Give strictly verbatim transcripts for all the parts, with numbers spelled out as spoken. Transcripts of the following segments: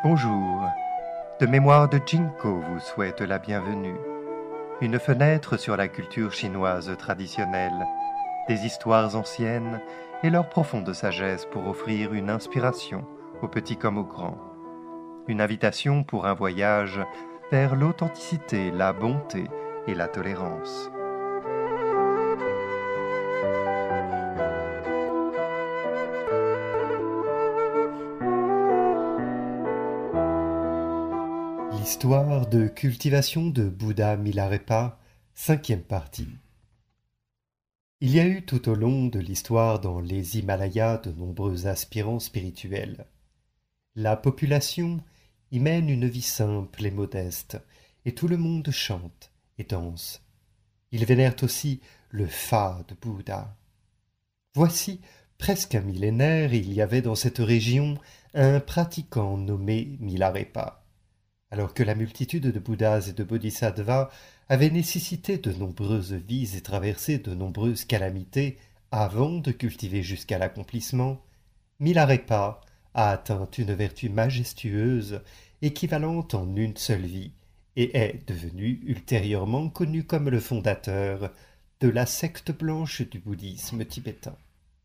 Bonjour, de mémoire de Jinko vous souhaite la bienvenue. Une fenêtre sur la culture chinoise traditionnelle, des histoires anciennes et leur profonde sagesse pour offrir une inspiration aux petits comme aux grands. Une invitation pour un voyage vers l'authenticité, la bonté et la tolérance. L'histoire de cultivation de Bouddha Milarepa, cinquième partie. Il y a eu tout au long de l'histoire dans les Himalayas de nombreux aspirants spirituels. La population y mène une vie simple et modeste, et tout le monde chante et danse. Ils vénèrent aussi le Fa de Bouddha. Voici presque un millénaire, il y avait dans cette région un pratiquant nommé Milarepa. Alors que la multitude de Bouddhas et de Bodhisattvas avait nécessité de nombreuses vies et traversé de nombreuses calamités avant de cultiver jusqu'à l'accomplissement, Milarepa a atteint une vertu majestueuse équivalente en une seule vie et est devenu ultérieurement connu comme le fondateur de la secte blanche du bouddhisme tibétain.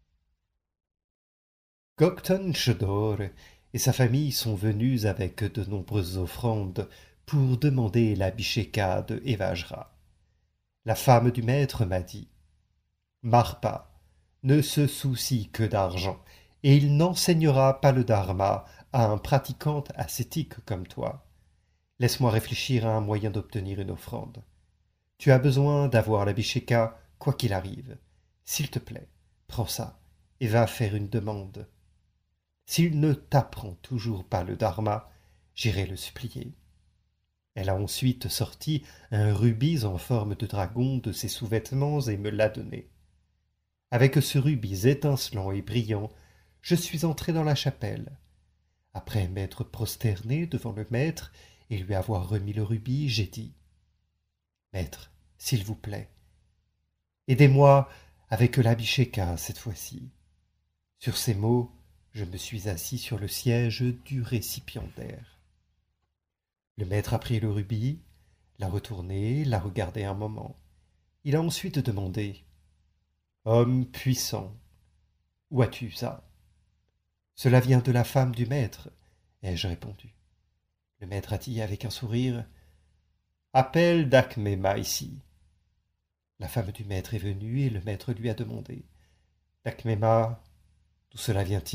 Gokten Chodor et sa famille sont venus avec de nombreuses offrandes pour demander l'abhisheka de Evajra. La femme du maître m'a dit « Marpa ne se soucie que d'argent, et il n'enseignera pas le dharma à un pratiquant ascétique comme toi. Laisse-moi réfléchir à un moyen d'obtenir une offrande. Tu as besoin d'avoir l'abhisheka quoi qu'il arrive. S'il te plaît, prends ça et va faire une demande. S'il ne t'apprend toujours pas le dharma, j'irai le supplier. » Elle a ensuite sorti un rubis en forme de dragon de ses sous-vêtements et me l'a donné. Avec ce rubis étincelant et brillant, je suis entré dans la chapelle. Après m'être prosterné devant le maître et lui avoir remis le rubis, j'ai dit « Maître, s'il vous plaît, aidez-moi avec l'abhisheka cette fois-ci. » Sur ces mots, je me suis assis sur le siège du récipiendaire. Le maître a pris le rubis, l'a retourné, l'a regardé un moment. Il a ensuite demandé « Homme puissant, où as-tu ça ?»« Cela vient de la femme du maître, » ai-je répondu. Le maître a dit avec un sourire « Appelle Dakmema ici. » La femme du maître est venue et le maître lui a demandé « Dakmema, d'où cela vient-il »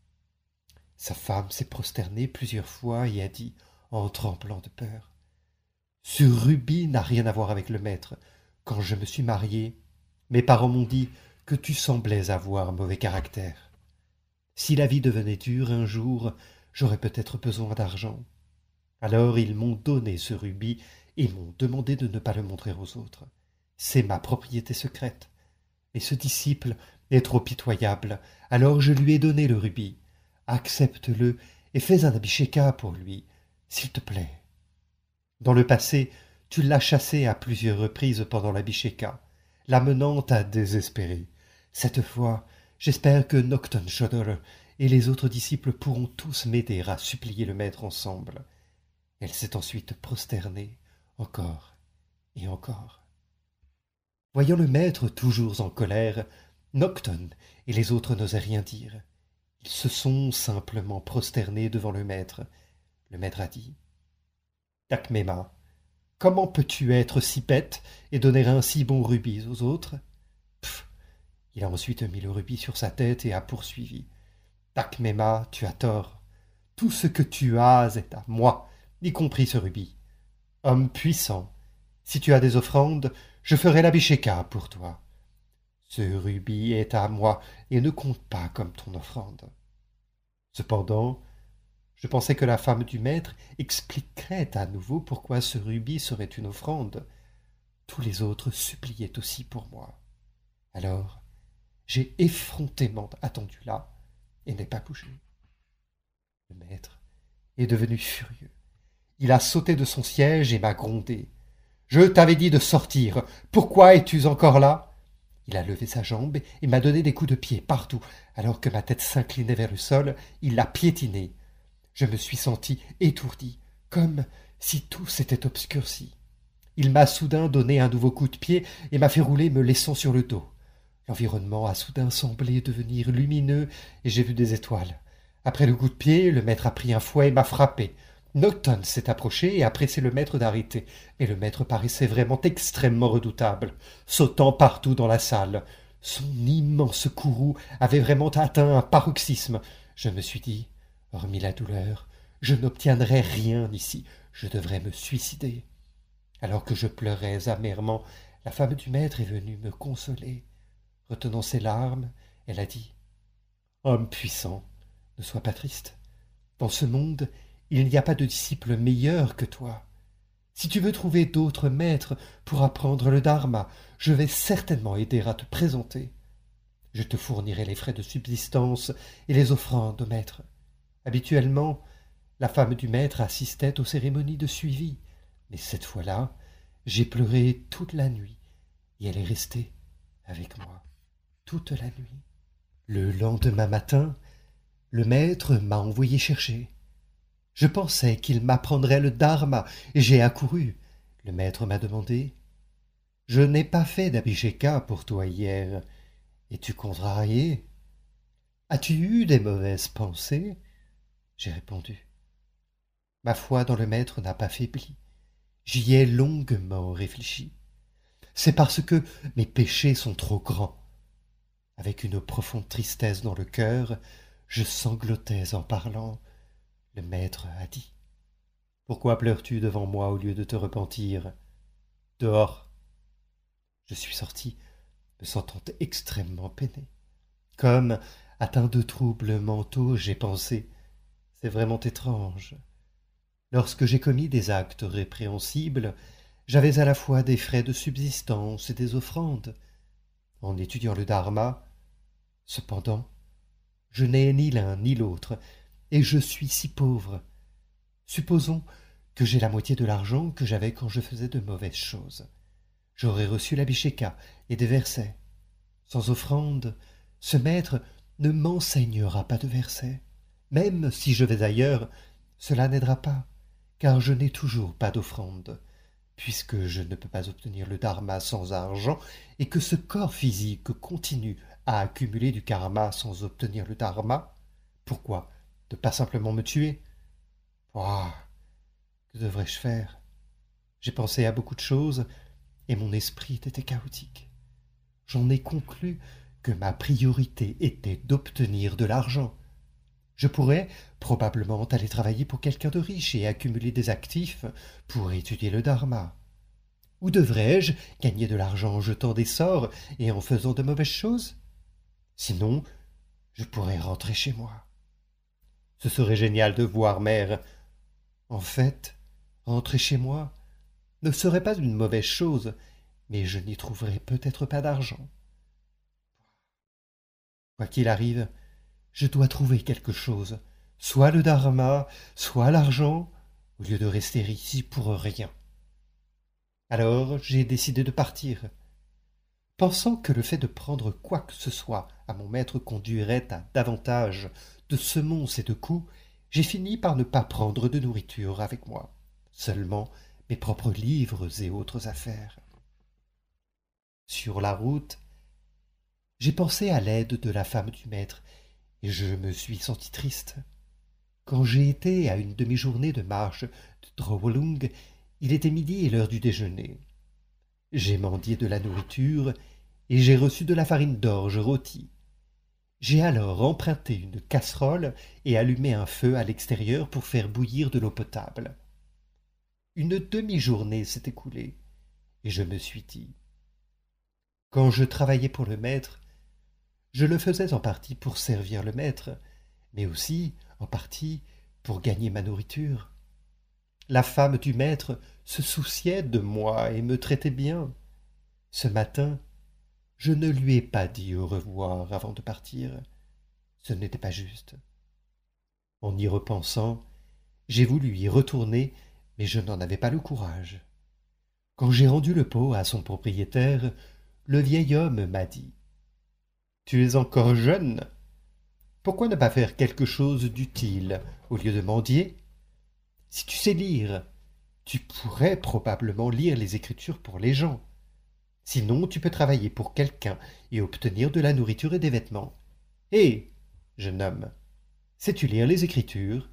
Sa femme s'est prosternée plusieurs fois et a dit, en tremblant de peur, « Ce rubis n'a rien à voir avec le maître. Quand je me suis mariée, mes parents m'ont dit que tu semblais avoir un mauvais caractère. Si la vie devenait dure un jour, j'aurais peut-être besoin d'argent. Alors ils m'ont donné ce rubis et m'ont demandé de ne pas le montrer aux autres. C'est ma propriété secrète. Mais ce disciple est trop pitoyable, alors je lui ai donné le rubis. Accepte-le et fais un abhisheka pour lui, s'il te plaît. Dans le passé, tu l'as chassé à plusieurs reprises pendant l'abhisheka, l'amenant à désespérer. Cette fois, j'espère que Gokten Chodor et les autres disciples pourront tous m'aider à supplier le maître ensemble. » Elle s'est ensuite prosternée, encore et encore. Voyant le maître toujours en colère, Gokten et les autres n'osaient rien dire. Ils se sont simplement prosternés devant le maître. Le maître a dit « Dakmema, comment peux-tu être si bête et donner un si bon rubis aux autres ?» Pff. Il a ensuite mis le rubis sur sa tête et a poursuivi. « Dakmema, tu as tort. Tout ce que tu as est à moi, y compris ce rubis. Homme puissant, si tu as des offrandes, je ferai l'abhisheka pour toi. Ce rubis est à moi et ne compte pas comme ton offrande. » Cependant, je pensais que la femme du maître expliquerait à nouveau pourquoi ce rubis serait une offrande. Tous les autres suppliaient aussi pour moi. Alors, j'ai effrontément attendu là et n'ai pas bougé. Le maître est devenu furieux. Il a sauté de son siège et m'a grondé. « Je t'avais dit de sortir. Pourquoi es-tu encore là ?» Il a levé sa jambe et m'a donné des coups de pied partout. Alors que ma tête s'inclinait vers le sol, il l'a piétinée. Je me suis senti étourdi, comme si tout s'était obscurci. Il m'a soudain donné un nouveau coup de pied et m'a fait rouler me laissant sur le dos. L'environnement a soudain semblé devenir lumineux et j'ai vu des étoiles. Après le coup de pied, le maître a pris un fouet et m'a frappé. Nocton s'est approché et a pressé le maître d'arrêter. Mais le maître paraissait vraiment extrêmement redoutable, sautant partout dans la salle. Son immense courroux avait vraiment atteint un paroxysme. Je me suis dit, hormis la douleur, je n'obtiendrai rien ici, je devrais me suicider. Alors que je pleurais amèrement, la femme du maître est venue me consoler. Retenant ses larmes, elle a dit « Homme puissant, ne sois pas triste. Dans ce monde, il n'y a pas de disciple meilleur que toi. Si tu veux trouver d'autres maîtres pour apprendre le dharma, je vais certainement aider à te présenter. Je te fournirai les frais de subsistance et les offrandes au maître. Habituellement, la femme du maître assistait aux cérémonies de suivi, mais cette fois-là, j'ai pleuré toute la nuit et elle est restée avec moi toute la nuit. Le lendemain matin, le maître m'a envoyé chercher. Je pensais qu'il m'apprendrait le dharma et j'ai accouru. Le maître m'a demandé « Je n'ai pas fait d'abhisheka pour toi hier. Es-tu contrarié? As-tu eu des mauvaises pensées ?» J'ai répondu « Ma foi dans le maître n'a pas faibli. J'y ai longuement réfléchi. C'est parce que mes péchés sont trop grands. » Avec une profonde tristesse dans le cœur, je sanglotais en parlant. Le maître a dit « Pourquoi pleures-tu devant moi au lieu de te repentir? Dehors !» Je suis sorti, me sentant extrêmement peiné. Comme, atteint de troubles mentaux, j'ai pensé « C'est vraiment étrange. Lorsque j'ai commis des actes répréhensibles, j'avais à la fois des frais de subsistance et des offrandes. En étudiant le dharma, cependant, je n'ai ni l'un ni l'autre, et je suis si pauvre. Supposons que j'ai la moitié de l'argent que j'avais quand je faisais de mauvaises choses. J'aurais reçu l'abhisheka et des versets. Sans offrande, ce maître ne m'enseignera pas de versets. Même si je vais ailleurs, cela n'aidera pas, car je n'ai toujours pas d'offrande. Puisque je ne peux pas obtenir le dharma sans argent, et que ce corps physique continue à accumuler du karma sans obtenir le dharma, pourquoi ne pas simplement me tuer? Oh, que devrais-je faire? J'ai pensé à beaucoup de choses, et mon esprit était chaotique. J'en ai conclu que ma priorité était d'obtenir de l'argent. Je pourrais probablement aller travailler pour quelqu'un de riche et accumuler des actifs pour étudier le dharma. Ou devrais-je gagner de l'argent en jetant des sorts et en faisant de mauvaises choses? Sinon, je pourrais rentrer chez moi. Ce serait génial de voir mère. En fait, rentrer chez moi ne serait pas une mauvaise chose, mais je n'y trouverais peut-être pas d'argent. Quoi qu'il arrive, je dois trouver quelque chose, soit le dharma, soit l'argent, au lieu de rester ici pour rien. Alors j'ai décidé de partir. Pensant que le fait de prendre quoi que ce soit à mon maître conduirait à davantage de semonces et de coups, j'ai fini par ne pas prendre de nourriture avec moi, seulement mes propres livres et autres affaires. Sur la route, j'ai pensé à l'aide de la femme du maître, et je me suis senti triste. Quand j'ai été à une demi-journée de marche de Drowalung, il était midi et l'heure du déjeuner. J'ai mendié de la nourriture et j'ai reçu de la farine d'orge rôtie. J'ai alors emprunté une casserole et allumé un feu à l'extérieur pour faire bouillir de l'eau potable. Une demi-journée s'est écoulée et je me suis dit « Quand je travaillais pour le maître, je le faisais en partie pour servir le maître, mais aussi en partie pour gagner ma nourriture. La femme du maître se souciait de moi et me traitait bien. Ce matin, je ne lui ai pas dit au revoir avant de partir. Ce n'était pas juste. En y repensant, j'ai voulu y retourner, mais je n'en avais pas le courage. Quand j'ai rendu le pot à son propriétaire, le vieil homme m'a dit « Tu es encore jeune. Pourquoi ne pas faire quelque chose d'utile au lieu de mendier? Si tu sais lire, tu pourrais probablement lire les Écritures pour les gens. Sinon, tu peux travailler pour quelqu'un et obtenir de la nourriture et des vêtements. Hé, jeune homme, sais-tu lire les Écritures?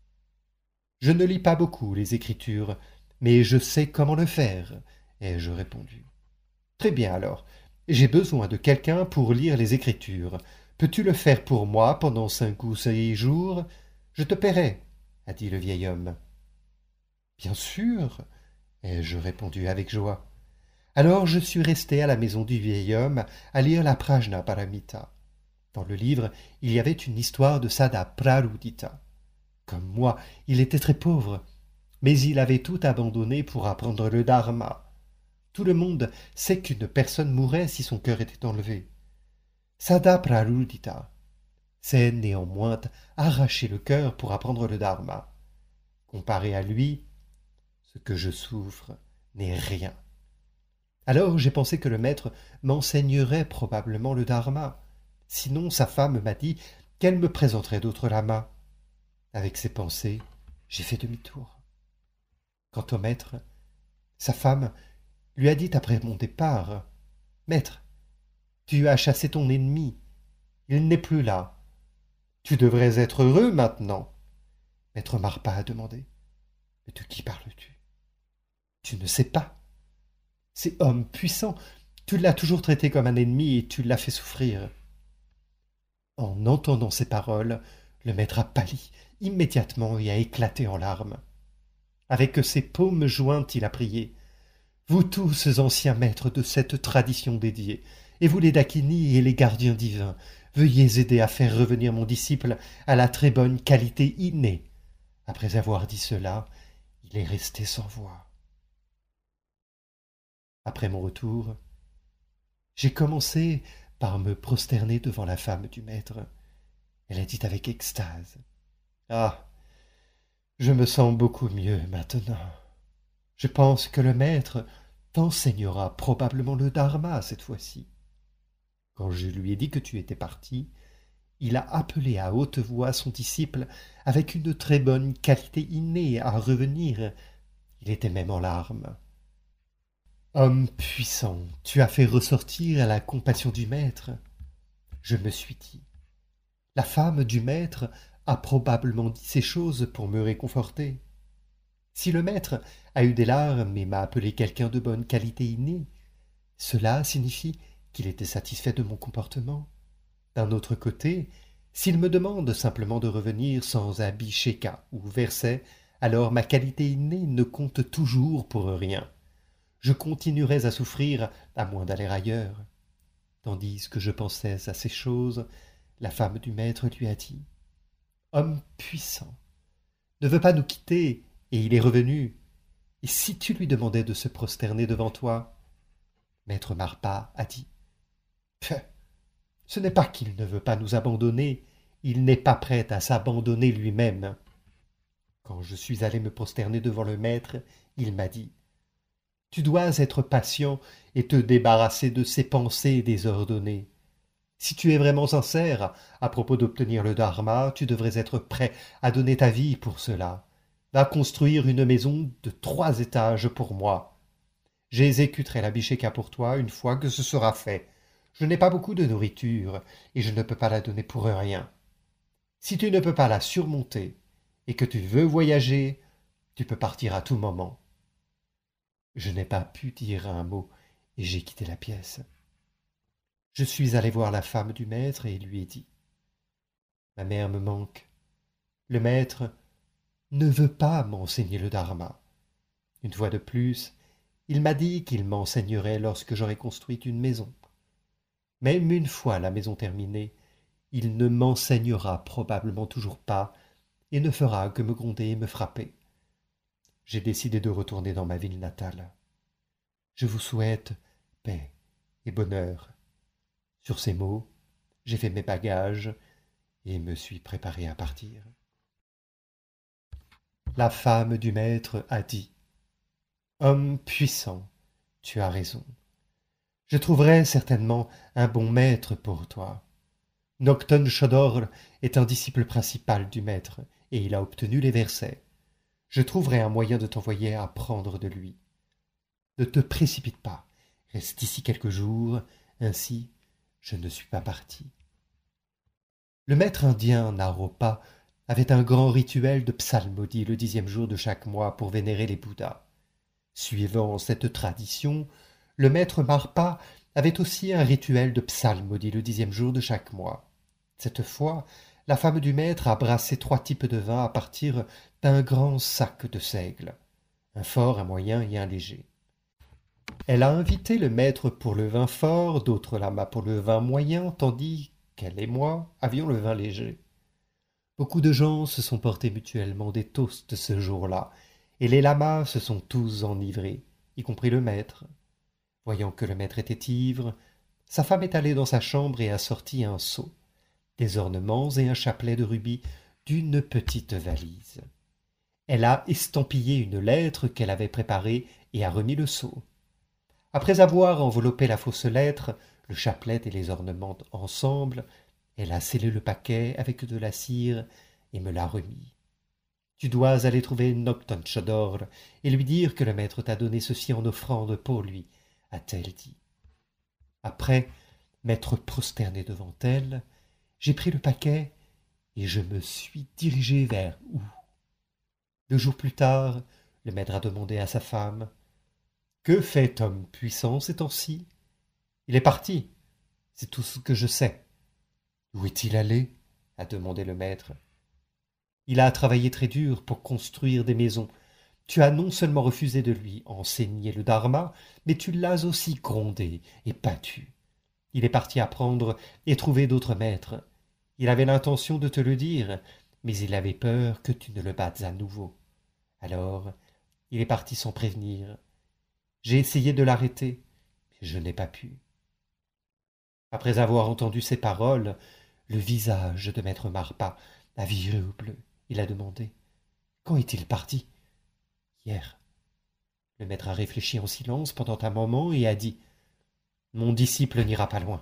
Je ne lis pas beaucoup les Écritures, mais je sais comment le faire, ai-je répondu. Très bien alors, j'ai besoin de quelqu'un pour lire les Écritures. Peux-tu le faire pour moi pendant cinq ou six jours? Je te paierai, a dit le vieil homme. Bien sûr, ai-je répondu avec joie. Alors je suis resté à la maison du vieil homme à lire la Prajna Paramita. Dans le livre, il y avait une histoire de Sada Prarudita. Comme moi, il était très pauvre, mais il avait tout abandonné pour apprendre le dharma. Tout le monde sait qu'une personne mourrait si son cœur était enlevé. Sada Prarudita s'est néanmoins arraché le cœur pour apprendre le dharma. Comparé à lui, ce que je souffre n'est rien. Alors j'ai pensé que le maître m'enseignerait probablement le dharma. Sinon, sa femme m'a dit qu'elle me présenterait d'autres lamas. Avec ces pensées, j'ai fait demi-tour. Quant au maître, sa femme lui a dit après mon départ, « Maître, tu as chassé ton ennemi, il n'est plus là. Tu devrais être heureux maintenant. » Maître Marpa a demandé, « Mais de qui parles-tu? Tu ne sais pas. C'est homme puissant, tu l'as toujours traité comme un ennemi et tu l'as fait souffrir. » En entendant ces paroles, le maître a pâli immédiatement et a éclaté en larmes. Avec ses paumes jointes, il a prié. « Vous tous, anciens maîtres de cette tradition dédiée, et vous les Dakini et les gardiens divins, veuillez aider à faire revenir mon disciple à la très bonne qualité innée. » Après avoir dit cela, il est resté sans voix. Après mon retour, j'ai commencé par me prosterner devant la femme du maître. Elle a dit avec extase, « Ah, je me sens beaucoup mieux maintenant. Je pense que le maître t'enseignera probablement le dharma cette fois-ci. » Quand je lui ai dit que tu étais parti, il a appelé à haute voix son disciple avec une très bonne qualité innée à revenir. Il était même en larmes. « Homme puissant, tu as fait ressortir la compassion du maître. » Je me suis dit, « La femme du maître a probablement dit ces choses pour me réconforter. Si le maître a eu des larmes et m'a appelé quelqu'un de bonne qualité innée, cela signifie qu'il était satisfait de mon comportement. D'un autre côté, s'il me demande simplement de revenir sans abhisheka ou verset, alors ma qualité innée ne compte toujours pour rien. Je continuerais à souffrir à moins d'aller ailleurs. » Tandis que je pensais à ces choses, la femme du maître lui a dit, « Homme puissant, ne veut pas nous quitter, et il est revenu. Et si tu lui demandais de se prosterner devant toi ?» Maître Marpa a dit, « Ce n'est pas qu'il ne veut pas nous abandonner, il n'est pas prêt à s'abandonner lui-même. » Quand je suis allé me prosterner devant le maître, il m'a dit, « Tu dois être patient et te débarrasser de ces pensées désordonnées. Si tu es vraiment sincère à propos d'obtenir le dharma, tu devrais être prêt à donner ta vie pour cela. Va construire une maison de trois étages pour moi. J'exécuterai l'abhisheka pour toi une fois que ce sera fait. Je n'ai pas beaucoup de nourriture et je ne peux pas la donner pour rien. Si tu ne peux pas la surmonter et que tu veux voyager, tu peux partir à tout moment. » Je n'ai pas pu dire un mot et j'ai quitté la pièce. Je suis allé voir la femme du maître et lui ai dit, « Ma mère me manque. Le maître ne veut pas m'enseigner le dharma. Une fois de plus, il m'a dit qu'il m'enseignerait lorsque j'aurai construit une maison. Même une fois la maison terminée, il ne m'enseignera probablement toujours pas et ne fera que me gronder et me frapper. J'ai décidé de retourner dans ma ville natale. Je vous souhaite paix et bonheur. » Sur ces mots, j'ai fait mes bagages et me suis préparé à partir. La femme du maître a dit, « Homme puissant, tu as raison. Je trouverai certainement un bon maître pour toi. Nocton Chodor est un disciple principal du maître, et il a obtenu les versets. Je trouverai un moyen de t'envoyer apprendre de lui. Ne te précipite pas, reste ici quelques jours, ainsi je ne suis pas parti. Le maître indien Naropa avait un grand rituel de psalmodie le dixième jour de chaque mois pour vénérer les Bouddhas. Suivant cette tradition, le maître Marpa avait aussi un rituel de psalmodie le dixième jour de chaque mois. Cette fois, la femme du maître a brassé trois types de vin à partir d'un grand sac de seigle, un fort, un moyen et un léger. Elle a invité le maître pour le vin fort, d'autres lamas pour le vin moyen, tandis qu'elle et moi avions le vin léger. Beaucoup de gens se sont portés mutuellement des toasts ce jour-là, et les lamas se sont tous enivrés, y compris le maître. Voyant que le maître était ivre, sa femme est allée dans sa chambre et a sorti un seau, des ornements et un chapelet de rubis d'une petite valise. Elle a estampillé une lettre qu'elle avait préparée et a remis le seau. Après avoir enveloppé la fausse lettre, le chapelet et les ornements ensemble, elle a scellé le paquet avec de la cire et me l'a remis. Tu dois aller trouver Nocton Chodor et lui dire que le maître t'a donné ceci en offrande pour lui, a-t-elle dit. Après m'être prosterné devant elle, j'ai pris le paquet et je me suis dirigé vers où? Deux jours plus tard, le maître a demandé à sa femme « Que fait homme puissant ces temps-ci » ? « Il est parti, c'est tout ce que je sais. »« Où est-il allé ?» a demandé le maître. « Il a travaillé très dur pour construire des maisons. Tu as non seulement refusé de lui enseigner le dharma, mais tu l'as aussi grondé et battu. Il est parti apprendre et trouver d'autres maîtres. Il avait l'intention de te le dire, mais il avait peur que tu ne le battes à nouveau. Alors, il est parti sans prévenir. J'ai essayé de l'arrêter, mais je n'ai pas pu. » Après avoir entendu ces paroles, le visage de maître Marpa a viré au bleu. Il a demandé « Quand est-il parti ?»« Hier. » Le maître a réfléchi en silence pendant un moment et a dit « Mon disciple n'ira pas loin. »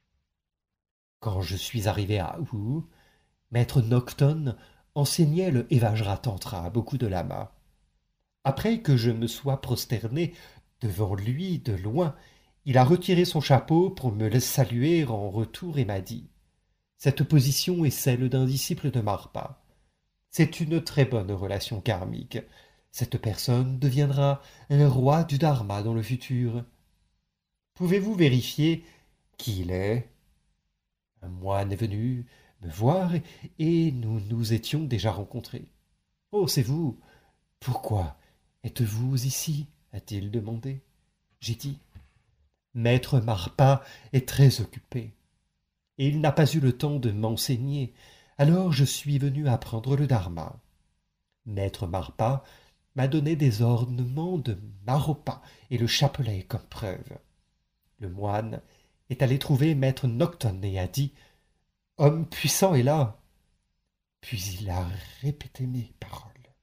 Quand je suis arrivé à Wu, maître Nocton enseignait le Evajra-tantra à beaucoup de lamas. Après que je me sois prosterné devant lui de loin, il a retiré son chapeau pour me le saluer en retour et m'a dit « Cette position est celle d'un disciple de Marpa. C'est une très bonne relation karmique. Cette personne deviendra un roi du Dharma dans le futur. Pouvez-vous vérifier qui il est ?» Un moine est venu me voir et nous nous étions déjà rencontrés. « Oh, c'est vous! Pourquoi êtes-vous ici ?» a-t-il demandé. J'ai dit « Maître Marpa est très occupé, et il n'a pas eu le temps de m'enseigner, alors je suis venu apprendre le dharma. Maître Marpa m'a donné des ornements de Naropa et le chapelet comme preuve. Le moine est allé trouver maître Nocton et a dit « Homme puissant est là !» Puis il a répété mes paroles.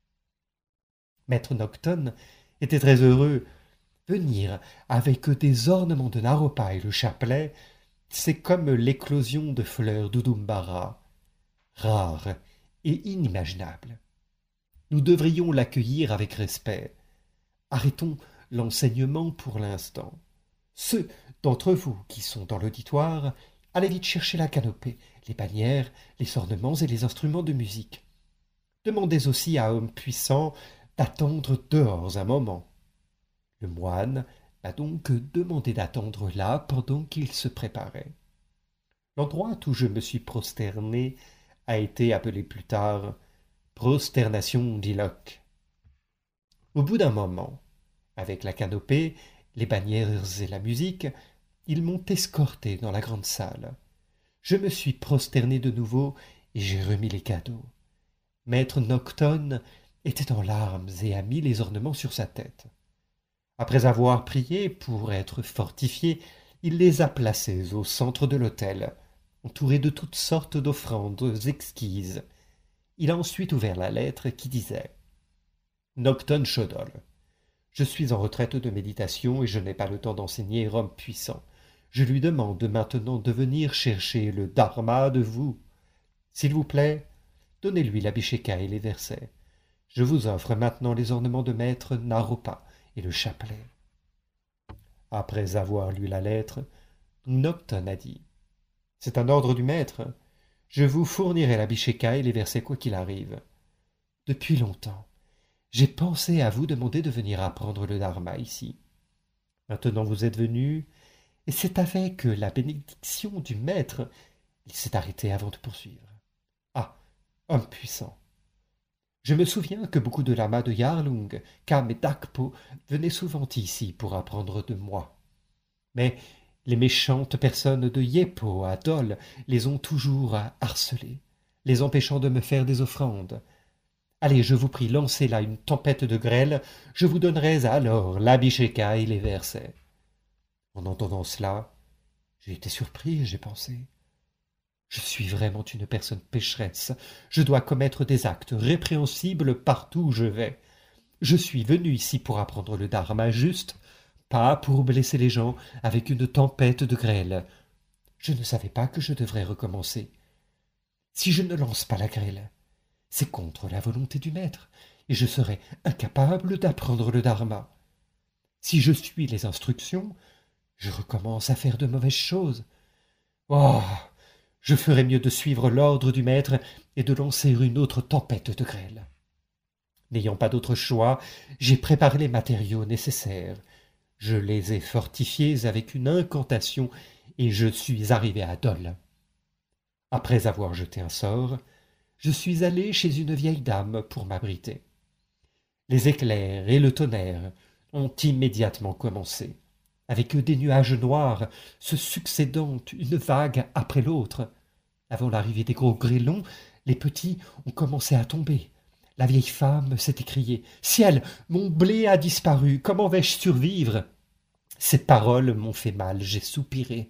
Maître Nocton était très heureux. Venir avec des ornements de Naropa et le chapelet, c'est comme l'éclosion de fleurs d'Udumbara, rare et inimaginable. Nous devrions l'accueillir avec respect. Arrêtons l'enseignement pour l'instant. Ceux d'entre vous qui sont dans l'auditoire, allez vite chercher la canopée, les bannières, les ornements et les instruments de musique. Demandez aussi à homme puissant d'attendre dehors un moment. Le moine m'a donc demandé d'attendre là pendant qu'il se préparait. L'endroit où je me suis prosterné a été appelé plus tard prosternation d'Ilok. Au bout d'un moment, avec la canopée, les bannières et la musique, ils m'ont escorté dans la grande salle. Je me suis prosterné de nouveau et j'ai remis les cadeaux. Maître Nocton était en larmes et a mis les ornements sur sa tête. Après avoir prié pour être fortifié, il les a placés au centre de l'autel, entourés de toutes sortes d'offrandes exquises. Il a ensuite ouvert la lettre qui disait « Nocton Chodol, je suis en retraite de méditation et je n'ai pas le temps d'enseigner homme puissant. Je lui demande maintenant de venir chercher le dharma de vous. S'il vous plaît, donnez-lui l'abhisheka et les versets. Je vous offre maintenant les ornements de maître Naropa et le chapelet. » Après avoir lu la lettre, Nocton a dit « C'est un ordre du maître. Je vous fournirai l'abhisheka et les versets quoi qu'il arrive. Depuis longtemps, j'ai pensé à vous demander de venir apprendre le dharma ici. Maintenant vous êtes venu, et c'est avec la bénédiction du maître. » Il s'est arrêté avant de poursuivre. « Ah, homme puissant! Je me souviens que beaucoup de lamas de Yarlung, Kam et Dakpo venaient souvent ici pour apprendre de moi. Mais les méchantes personnes de Yepo à Dol les ont toujours harcelés, les empêchant de me faire des offrandes. Allez, je vous prie, lancez là une tempête de grêle, je vous donnerai alors l'abhisheka et les versets. » En entendant cela, j'ai été surpris et j'ai pensé « Je suis vraiment une personne pécheresse, je dois commettre des actes répréhensibles partout où je vais. Je suis venu ici pour apprendre le dharma juste, pas pour blesser les gens avec une tempête de grêle. Je ne savais pas que je devrais recommencer. Si je ne lance pas la grêle, c'est contre la volonté du maître, et je serai incapable d'apprendre le dharma. Si je suis les instructions, je recommence à faire de mauvaises choses. Oh, je ferais mieux de suivre l'ordre du maître et de lancer une autre tempête de grêle. N'ayant pas d'autre choix, j'ai préparé les matériaux nécessaires. Je les ai fortifiés avec une incantation et je suis arrivé à Dol. Après avoir jeté un sort, je suis allé chez une vieille dame pour m'abriter. Les éclairs et le tonnerre ont immédiatement commencé, avec des nuages noirs se succédant une vague après l'autre. Avant l'arrivée des gros grêlons, les petits ont commencé à tomber. La vieille femme s'est écriée « Ciel, mon blé a disparu, comment vais-je survivre ?» Ces paroles m'ont fait mal, j'ai soupiré.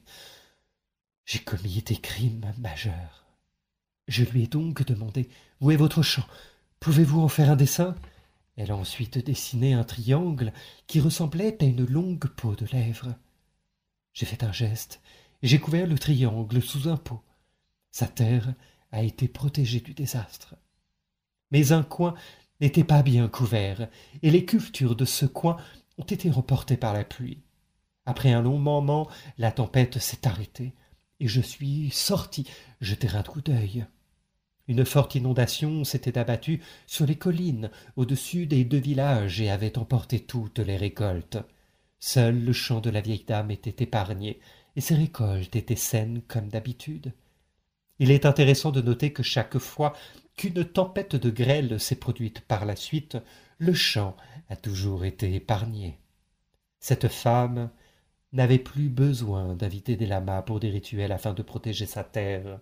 J'ai commis des crimes majeurs. Je lui ai donc demandé « Où est votre champ? Pouvez-vous en faire un dessin ?» Elle a ensuite dessiné un triangle qui ressemblait à une longue peau de lèvres. J'ai fait un geste et j'ai couvert le triangle sous un pot. Sa terre a été protégée du désastre. Mais un coin n'était pas bien couvert, et les cultures de ce coin ont été remportées par la pluie. Après un long moment, la tempête s'est arrêtée, et je suis sorti jeter un coup d'œil. Une forte inondation s'était abattue sur les collines au-dessus des deux villages et avait emporté toutes les récoltes. Seul le champ de la vieille dame était épargné, et ses récoltes étaient saines comme d'habitude. Il est intéressant de noter que chaque fois qu'une tempête de grêle s'est produite par la suite, le champ a toujours été épargné. Cette femme n'avait plus besoin d'inviter des lamas pour des rituels afin de protéger sa terre.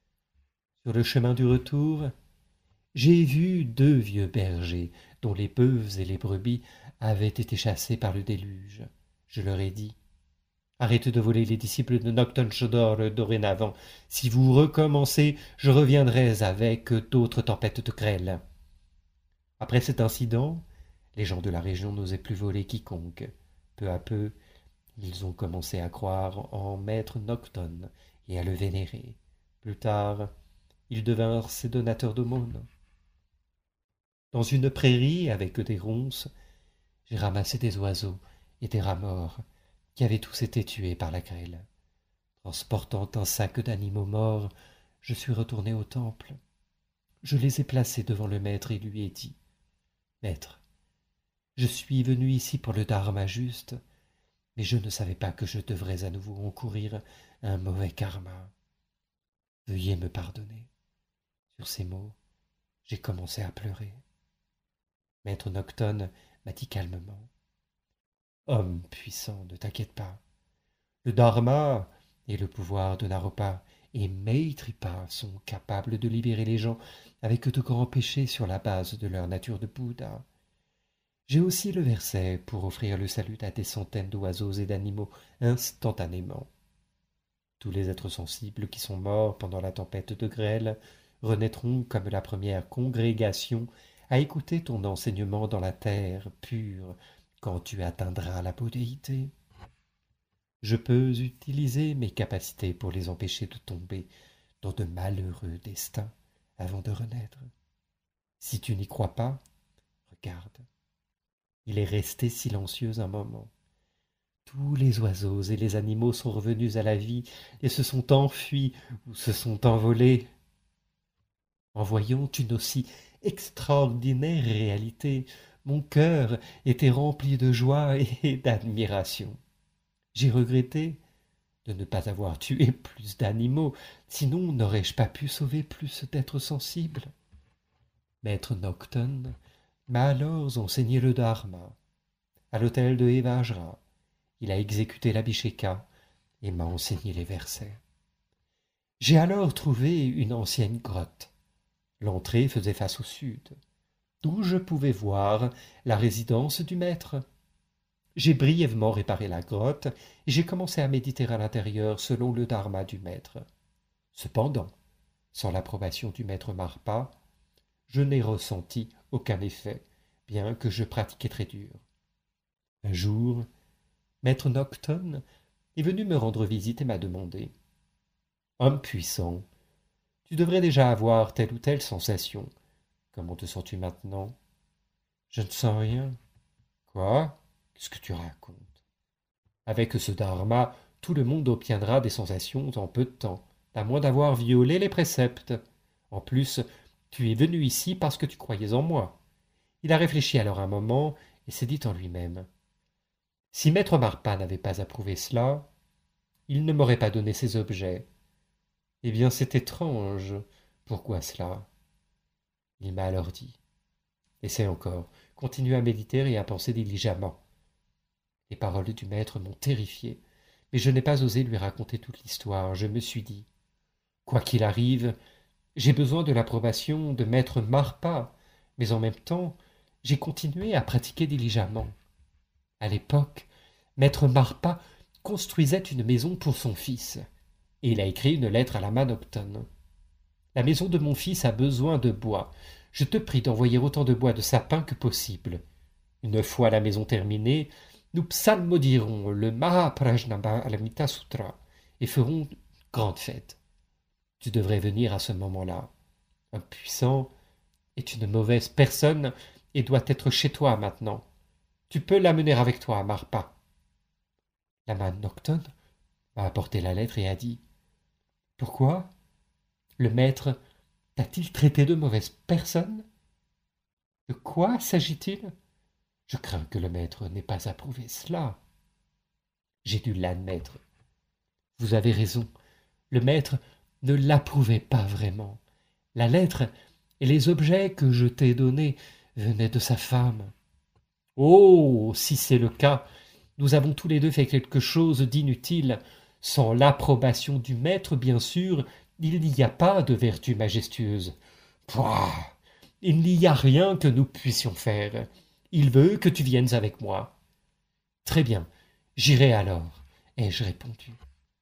Sur le chemin du retour, j'ai vu deux vieux bergers dont les bœufs et les brebis avaient été chassés par le déluge. Je leur ai dit Arrêtez de voler les disciples de Nocton Chodor dorénavant. Si vous recommencez, je reviendrai avec d'autres tempêtes de grêle. Après cet incident, les gens de la région n'osaient plus voler quiconque. Peu à peu, ils ont commencé à croire en maître Nocton et à le vénérer. Plus tard, ils devinrent ses donateurs d'aumônes. Dans une prairie avec des ronces, j'ai ramassé des oiseaux et des rats morts qui avaient tous été tués par la grêle. Transportant un sac d'animaux morts, je suis retourné au temple. Je les ai placés devant le maître et lui ai dit « Maître, je suis venu ici pour le dharma juste, mais je ne savais pas que je devrais à nouveau encourir un mauvais karma. Veuillez me pardonner. » Sur ces mots, j'ai commencé à pleurer. Maître Nocton m'a dit calmement « Homme puissant, ne t'inquiète pas. Le dharma et le pouvoir de Naropa et Maitripa sont capables de libérer les gens avec de grands péchés sur la base de leur nature de Bouddha. J'ai aussi le verset pour offrir le salut à des centaines d'oiseaux et d'animaux instantanément. Tous les êtres sensibles qui sont morts pendant la tempête de grêle renaîtront comme la première congrégation à écouter ton enseignement dans la terre pure quand tu atteindras la bouddhéité. je peux utiliser mes capacités pour les empêcher de tomber dans de malheureux destins avant de renaître. Si tu n'y crois pas, regarde. Il est resté silencieux un moment. Tous les oiseaux et les animaux sont revenus à la vie et se sont enfuis ou se sont envolés. En voyant une aussi extraordinaire réalité, mon cœur était rempli de joie et d'admiration. J'ai regretté de ne pas avoir tué plus d'animaux, sinon n'aurais-je pas pu sauver plus d'êtres sensibles. Maître Nocton m'a alors enseigné le dharma. À l'hôtel de Evajra, il a exécuté l'abhisheka et m'a enseigné les versets. J'ai alors trouvé une ancienne grotte. L'entrée faisait face au sud, d'où je pouvais voir la résidence du maître. J'ai brièvement réparé la grotte et j'ai commencé à méditer à l'intérieur selon le dharma du maître. Cependant, sans l'approbation du maître Marpa, je n'ai ressenti aucun effet, bien que je pratiquais très dur. Un jour, maître Nocton est venu me rendre visite et m'a demandé « Homme puissant, tu devrais déjà avoir telle ou telle sensation. Comment te sens-tu maintenant ?»« Je ne sens rien. »« Quoi ? Qu'est-ce que tu racontes ? Avec ce dharma, tout le monde obtiendra des sensations en peu de temps, à moins d'avoir violé les préceptes. En plus, tu es venu ici parce que tu croyais en moi. » Il a réfléchi alors un moment et s'est dit en lui-même « Si maître Marpa n'avait pas approuvé cela, il ne m'aurait pas donné ces objets. Eh bien, c'est étrange. Pourquoi cela ?» Il m'a alors dit « Essaie encore, continue à méditer et à penser diligemment. » Les paroles du maître m'ont terrifié, mais je n'ai pas osé lui raconter toute l'histoire. Je me suis dit « Quoi qu'il arrive, j'ai besoin de l'approbation de maître Marpa, mais en même temps, j'ai continué à pratiquer diligemment. À l'époque, maître Marpa construisait une maison pour son fils, et il a écrit une lettre à la main Nocton. « La maison de mon fils a besoin de bois. Je te prie d'envoyer autant de bois de sapin que possible. Une fois la maison terminée, nous psalmodierons le Mahaprajnaparamita Sutra et ferons une grande fête. Tu devrais venir à ce moment-là. Un puissant est une mauvaise personne et doit être chez toi maintenant. Tu peux l'amener avec toi, Marpa. » La main Nocton m'a apporté la lettre et a dit « Pourquoi ? Le maître t'a-t-il traité de mauvaise personne ? De quoi s'agit-il ? Je crains que le maître n'ait pas approuvé cela. » J'ai dû l'admettre. Vous avez raison, le maître ne l'approuvait pas vraiment. La lettre et les objets que je t'ai donnés venaient de sa femme. Oh, si c'est le cas, nous avons tous les deux fait quelque chose d'inutile. Sans l'approbation du maître, bien sûr, il n'y a pas de vertu majestueuse. Pouah, il n'y a rien que nous puissions faire. Il veut que tu viennes avec moi. Très bien, j'irai alors, ai-je répondu.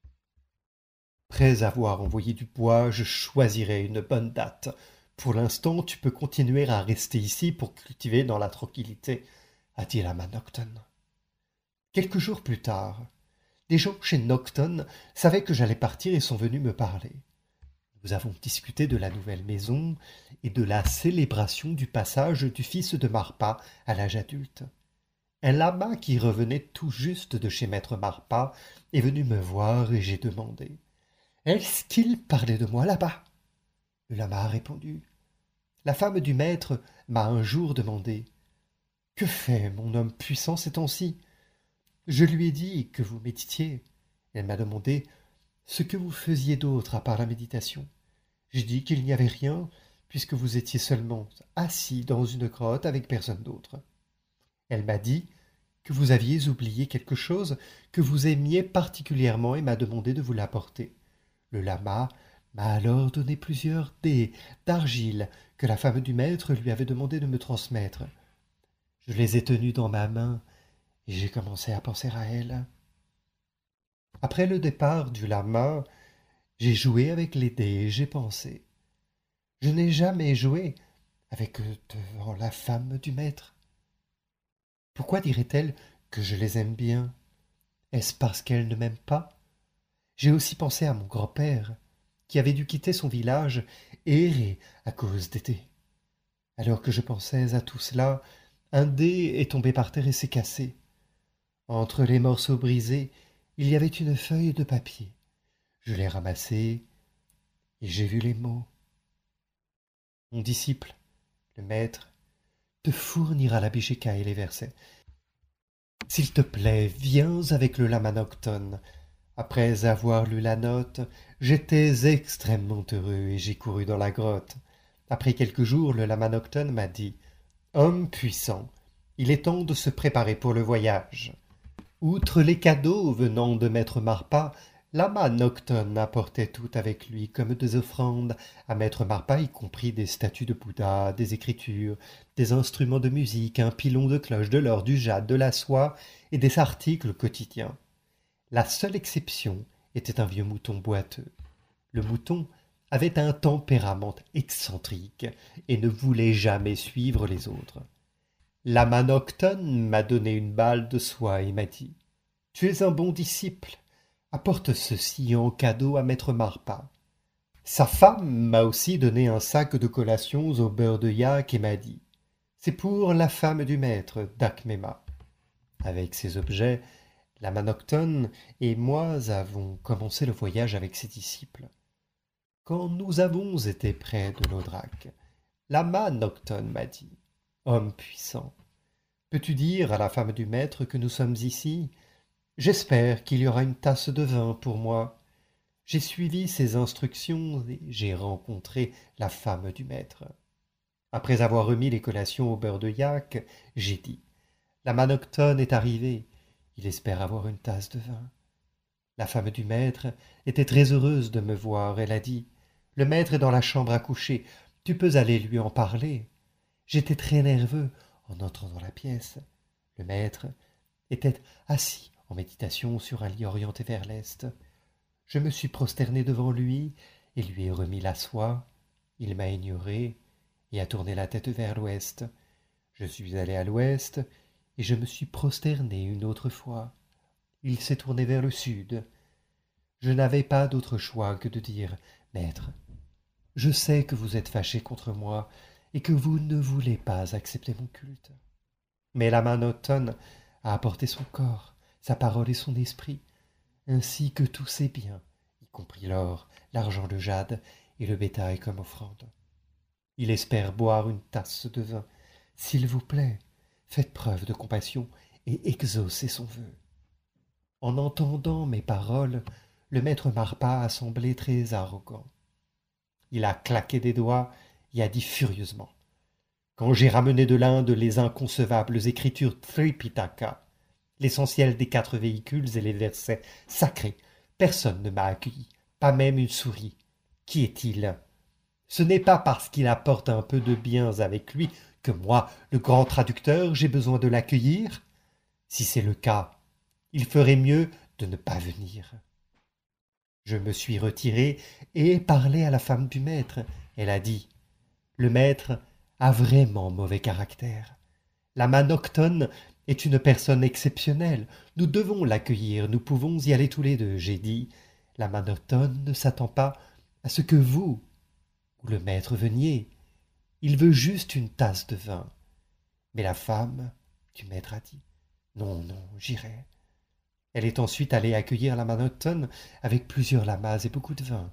Après avoir envoyé du bois, je choisirai une bonne date. Pour l'instant, tu peux continuer à rester ici pour cultiver dans la tranquillité, a dit la main Nocton. Quelques jours plus tard, des gens chez Nocton savaient que j'allais partir et sont venus me parler. Nous avons discuté de la nouvelle maison et de la célébration du passage du fils de Marpa à l'âge adulte. Un lama qui revenait tout juste de chez maître Marpa est venu me voir et j'ai demandé « Est-ce qu'il parlait de moi là-bas ?» Le lama a répondu. La femme du maître m'a un jour demandé « Que fait mon homme puissant ces temps-ci » Je lui ai dit que vous méditiez. Elle m'a demandé ce que vous faisiez d'autre à part la méditation. J'ai dit qu'il n'y avait rien, puisque vous étiez seulement assis dans une grotte avec personne d'autre. Elle m'a dit que vous aviez oublié quelque chose que vous aimiez particulièrement et m'a demandé de vous l'apporter. Le lama m'a alors donné plusieurs dés d'argile que la femme du maître lui avait demandé de me transmettre. Je les ai tenus dans ma main et j'ai commencé à penser à elle. Après le départ du lama, j'ai joué avec les dés et j'ai pensé. Je n'ai jamais joué avec devant la femme du maître. Pourquoi dirait-elle que je les aime bien? Est-ce parce qu'elle ne m'aime pas? J'ai aussi pensé à mon grand-père, qui avait dû quitter son village et errer à cause d'été. Alors que je pensais à tout cela, un dé est tombé par terre et s'est cassé. Entre les morceaux brisés, il y avait une feuille de papier. Je l'ai ramassée et j'ai vu les mots. Mon disciple, le maître, te fournira la Bisheka et les versets. S'il te plaît, viens avec le lama nocturne. Après avoir lu la note, j'étais extrêmement heureux et j'ai couru dans la grotte. Après quelques jours, le lama nocturne m'a dit « Homme puissant, il est temps de se préparer pour le voyage. » Outre les cadeaux venant de maître Marpa, lama nocturne apportait tout avec lui comme des offrandes à maître Marpa, y compris des statues de Bouddha, des écritures, des instruments de musique, un pilon de cloche, de l'or, du jade, de la soie et des articles quotidiens. La seule exception était un vieux mouton boiteux. Le mouton avait un tempérament excentrique et ne voulait jamais suivre les autres. Lama Nocton m'a donné une balle de soie et m'a dit « Tu es un bon disciple, apporte ceci en cadeau à maître Marpa. » Sa femme m'a aussi donné un sac de collations au beurre de yak et m'a dit « C'est pour la femme du maître, Dakmema. » Avec ces objets, Lama Nocton et moi avons commencé le voyage avec ses disciples. Quand nous avons été près de l'Audrak, Lama Nocton m'a dit « Homme puissant, peux-tu dire à la femme du maître que nous sommes ici? J'espère qu'il y aura une tasse de vin pour moi. » J'ai suivi ses instructions et j'ai rencontré la femme du maître. Après avoir remis les collations au beurre de yak, j'ai dit « Lama Nocton est arrivé. Il espère avoir une tasse de vin. » La femme du maître était très heureuse de me voir. Elle a dit « Le maître est dans la chambre à coucher. Tu peux aller lui en parler. » J'étais très nerveux en entrant dans la pièce. Le maître était assis en méditation sur un lit orienté vers l'est. Je me suis prosterné devant lui et lui ai remis la soie. Il m'a ignoré et a tourné la tête vers l'ouest. Je suis allé à l'ouest et je me suis prosterné une autre fois. Il s'est tourné vers le sud. Je n'avais pas d'autre choix que de dire « Maître, je sais que vous êtes fâché contre moi et que vous ne voulez pas accepter mon culte. » Mais Lama Nocton a apporté son corps, sa parole et son esprit, ainsi que tous ses biens, y compris l'or, l'argent, le jade et le bétail comme offrande. Il espère boire une tasse de vin. S'il vous plaît, faites preuve de compassion et exaucez son vœu. En entendant mes paroles, le maître Marpa a semblé très arrogant. Il a claqué des doigts et a dit furieusement « Quand j'ai ramené de l'Inde les inconcevables écritures Tripitaka, l'essentiel des quatre véhicules et les versets sacrés, personne ne m'a accueilli, pas même une souris. Qui est-il ? Ce n'est pas parce qu'il apporte un peu de biens avec lui que moi, le grand traducteur, j'ai besoin de l'accueillir. Si c'est le cas, il ferait mieux de ne pas venir. » Je me suis retiré et ai parlé à la femme du maître. Elle a dit « Le maître a vraiment mauvais caractère. Lama Nocton est une personne exceptionnelle. Nous devons l'accueillir, nous pouvons y aller tous les deux. » J'ai dit « Lama Nocton ne s'attend pas à ce que vous ou le maître veniez. Il veut juste une tasse de vin. » Mais la femme du maître a dit « Non, non, j'irai. » Elle est ensuite allée accueillir Lama Nocton avec plusieurs lamas et beaucoup de vin.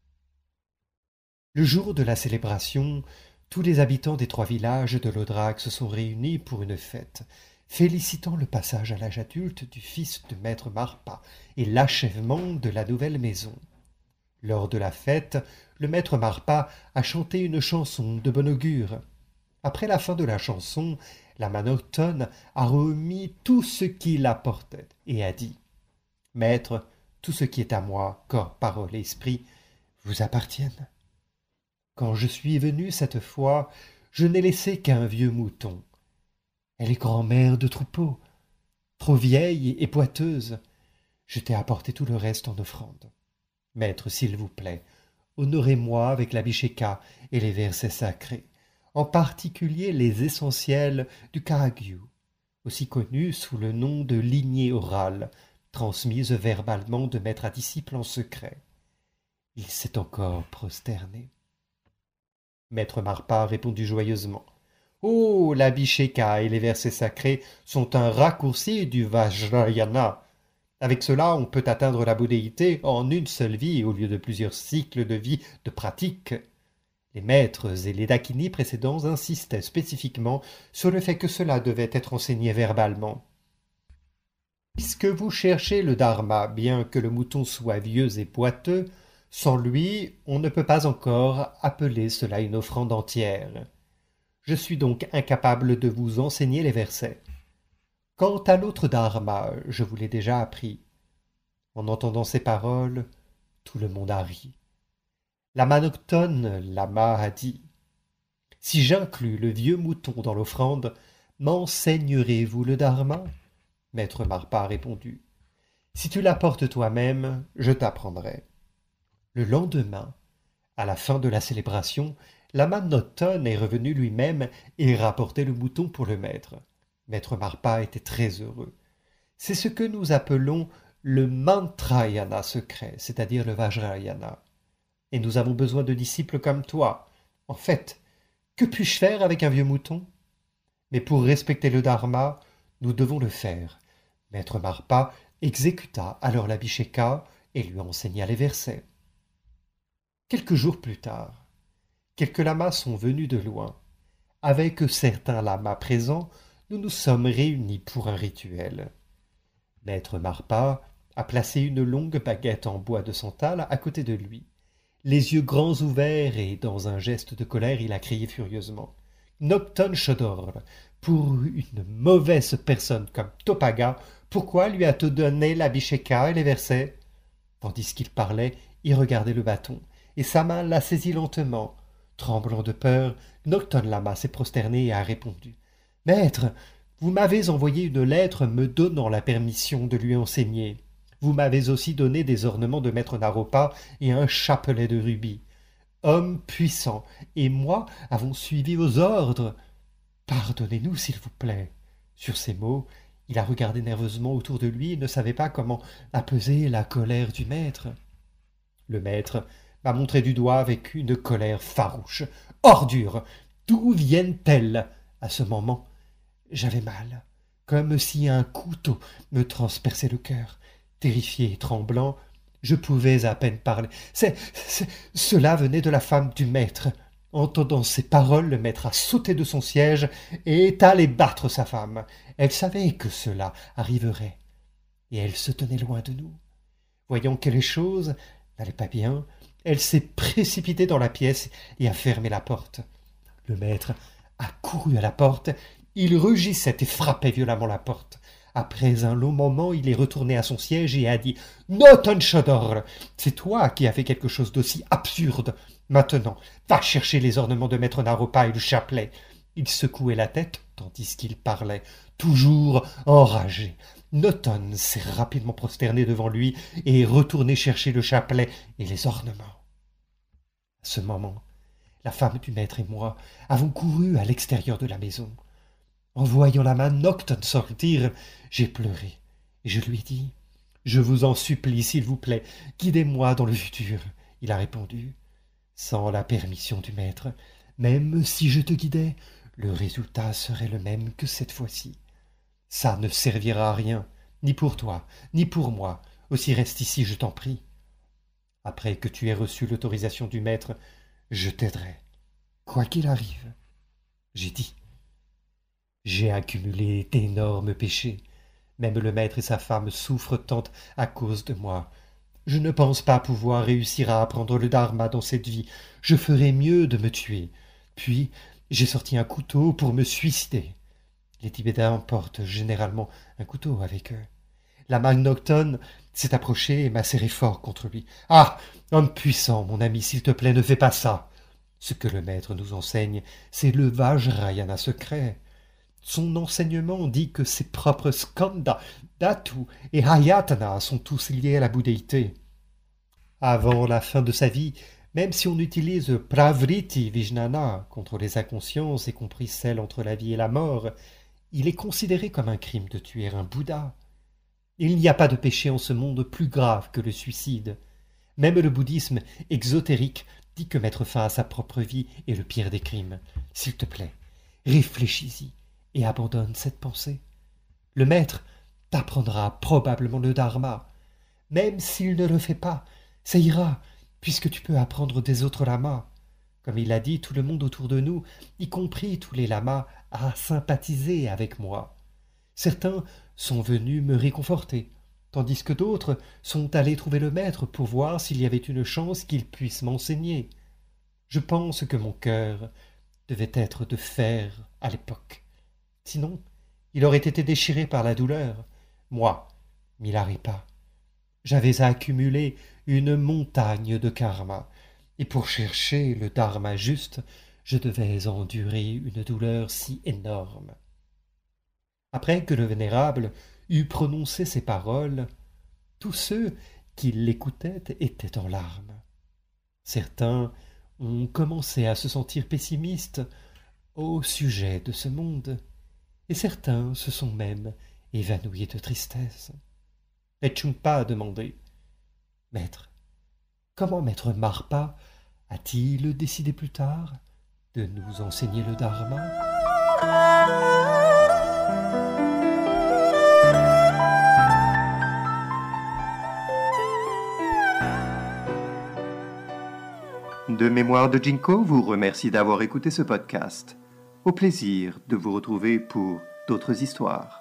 Le jour de la célébration, tous les habitants des trois villages de l'Audrak se sont réunis pour une fête, félicitant le passage à l'âge adulte du fils de maître Marpa et l'achèvement de la nouvelle maison. Lors de la fête, le maître Marpa a chanté une chanson de bon augure. Après la fin de la chanson, Lama Nocton a remis tout ce qu'il apportait et a dit « Maître, tout ce qui est à moi, corps, parole, esprit, vous appartiennent. Quand je suis venu cette fois, je n'ai laissé qu'un vieux mouton. Elle est grand-mère de troupeau, trop vieille et boiteuse. Je t'ai apporté tout le reste en offrande. Maître, s'il vous plaît, honorez-moi avec la Bisheka et les versets sacrés, en particulier les essentiels du Karagyu, aussi connu sous le nom de lignée orale, transmise verbalement de maître à disciple en secret. Il s'est encore prosterné. Maître Marpa répondit joyeusement. « Oh, la Bhisheka et les versets sacrés sont un raccourci du Vajrayana. Avec cela, on peut atteindre la bouddhéité en une seule vie au lieu de plusieurs cycles de vie de pratique. » Les maîtres et les dakini précédents insistaient spécifiquement sur le fait que cela devait être enseigné verbalement. Puisque vous cherchez le dharma, bien que le mouton soit vieux et boiteux, sans lui, on ne peut pas encore appeler cela une offrande entière. Je suis donc incapable de vous enseigner les versets. Quant à l'autre dharma, je vous l'ai déjà appris. En entendant ces paroles, tout le monde a ri. Lama Nocton, Lama a dit « Si j'inclus le vieux mouton dans l'offrande, m'enseignerez-vous le dharma ?» Maître Marpa a répondu « Si tu l'apportes toi-même, je t'apprendrai. » Le lendemain, à la fin de la célébration, Lama Nocton est revenu lui-même et rapportait le mouton pour le maître. Maître Marpa était très heureux. C'est ce que nous appelons le mantrayana secret, c'est-à-dire le vajrayana. Et nous avons besoin de disciples comme toi. En fait, que puis-je faire avec un vieux mouton? Mais pour respecter le dharma, nous devons le faire. Maître Marpa exécuta alors la Bhisheka et lui enseigna les versets. Quelques jours plus tard, quelques lamas sont venus de loin. Avec certains lamas présents, nous nous sommes réunis pour un rituel. Maître Marpa a placé une longue baguette en bois de santal à côté de lui. Les yeux grands ouverts et dans un geste de colère, il a crié furieusement « Nocton Chodor, pour une mauvaise personne comme Topaga, pourquoi lui as-tu donné la Bhisheka et les versets ?» Tandis qu'il parlait, il regardait le bâton, et sa main l'a saisi lentement. Tremblant de peur, Nocton Lama s'est prosterné et a répondu « Maître, vous m'avez envoyé une lettre me donnant la permission de lui enseigner. Vous m'avez aussi donné des ornements de maître Naropa et un chapelet de rubis. Homme puissant et moi avons suivi vos ordres. Pardonnez-nous, s'il vous plaît. » Sur ces mots, il a regardé nerveusement autour de lui et ne savait pas comment apaiser la colère du maître. Le maître m'a montré du doigt avec une colère farouche. « Ordure! D'où viennent-elles » À ce moment, j'avais mal, comme si un couteau me transperçait le cœur. Terrifié et tremblant, je pouvais à peine parler. C'est, c'est, cela venait de la femme du maître. Entendant ces paroles, le maître a sauté de son siège et est allé battre sa femme. Elle savait que cela arriverait, et elle se tenait loin de nous. Voyant que les choses n'allaient pas bien, elle s'est précipitée dans la pièce et a fermé la porte. Le maître a couru à la porte, il rugissait et frappait violemment la porte. Après un long moment, il est retourné à son siège et a dit « Nocton Chodor, c'est toi qui as fait quelque chose d'aussi absurde. Maintenant, va chercher les ornements de maître Naropa et le chapelet. » Il secouait la tête tandis qu'il parlait, toujours enragé. Nocton s'est rapidement prosterné devant lui et est retourné chercher le chapelet et les ornements. À ce moment, la femme du maître et moi avons couru à l'extérieur de la maison. En voyant la main Nocton sortir, j'ai pleuré, et je lui ai dit « Je vous en supplie, s'il vous plaît, guidez-moi dans le futur. » Il a répondu « Sans la permission du maître, même si je te guidais, le résultat serait le même que cette fois-ci. Ça ne servira à rien, ni pour toi, ni pour moi. Aussi reste ici, je t'en prie. Après que tu aies reçu l'autorisation du maître, je t'aiderai, quoi qu'il arrive. » J'ai dit. J'ai accumulé d'énormes péchés. Même le maître et sa femme souffrent tant à cause de moi. Je ne pense pas pouvoir réussir à apprendre le dharma dans cette vie. Je ferais mieux de me tuer. Puis, j'ai sorti un couteau pour me suicider. Les Tibétains portent généralement un couteau avec eux. Lama Nocton s'est approché et m'a serré fort contre lui. « Ah, homme puissant, mon ami, s'il te plaît, ne fais pas ça. Ce que le maître nous enseigne, c'est le Vajrayana secret. Son enseignement dit que ses propres skanda, dhatu et ayatana sont tous liés à la bouddhéité. Avant la fin de sa vie, même si on utilise pravriti vijnana contre les inconsciences, y compris celle entre la vie et la mort, il est considéré comme un crime de tuer un Bouddha. Il n'y a pas de péché en ce monde plus grave que le suicide. Même le bouddhisme exotérique dit que mettre fin à sa propre vie est le pire des crimes. S'il te plaît, réfléchis-y et abandonne cette pensée. Le maître t'apprendra probablement le dharma. Même s'il ne le fait pas, ça ira, puisque tu peux apprendre des autres lamas. Comme il a dit, tout le monde autour de nous, y compris tous les lamas, a sympathisé avec moi. Certains sont venus me réconforter, tandis que d'autres sont allés trouver le maître pour voir s'il y avait une chance qu'il puisse m'enseigner. Je pense que mon cœur devait être de fer à l'époque. Sinon, il aurait été déchiré par la douleur. Moi, Milarépa, j'avais accumulé une montagne de karma, et pour chercher le dharma juste, je devais endurer une douleur si énorme. Après que le vénérable eut prononcé ces paroles, tous ceux qui l'écoutaient étaient en larmes. Certains ont commencé à se sentir pessimistes au sujet de ce monde, et certains se sont même évanouis de tristesse. Et Chungpa a demandé « Maître, comment maître Marpa a-t-il décidé plus tard de nous enseigner le dharma ?» De Mémoire de Jinko vous remercie d'avoir écouté ce podcast. Au plaisir de vous retrouver pour d'autres histoires.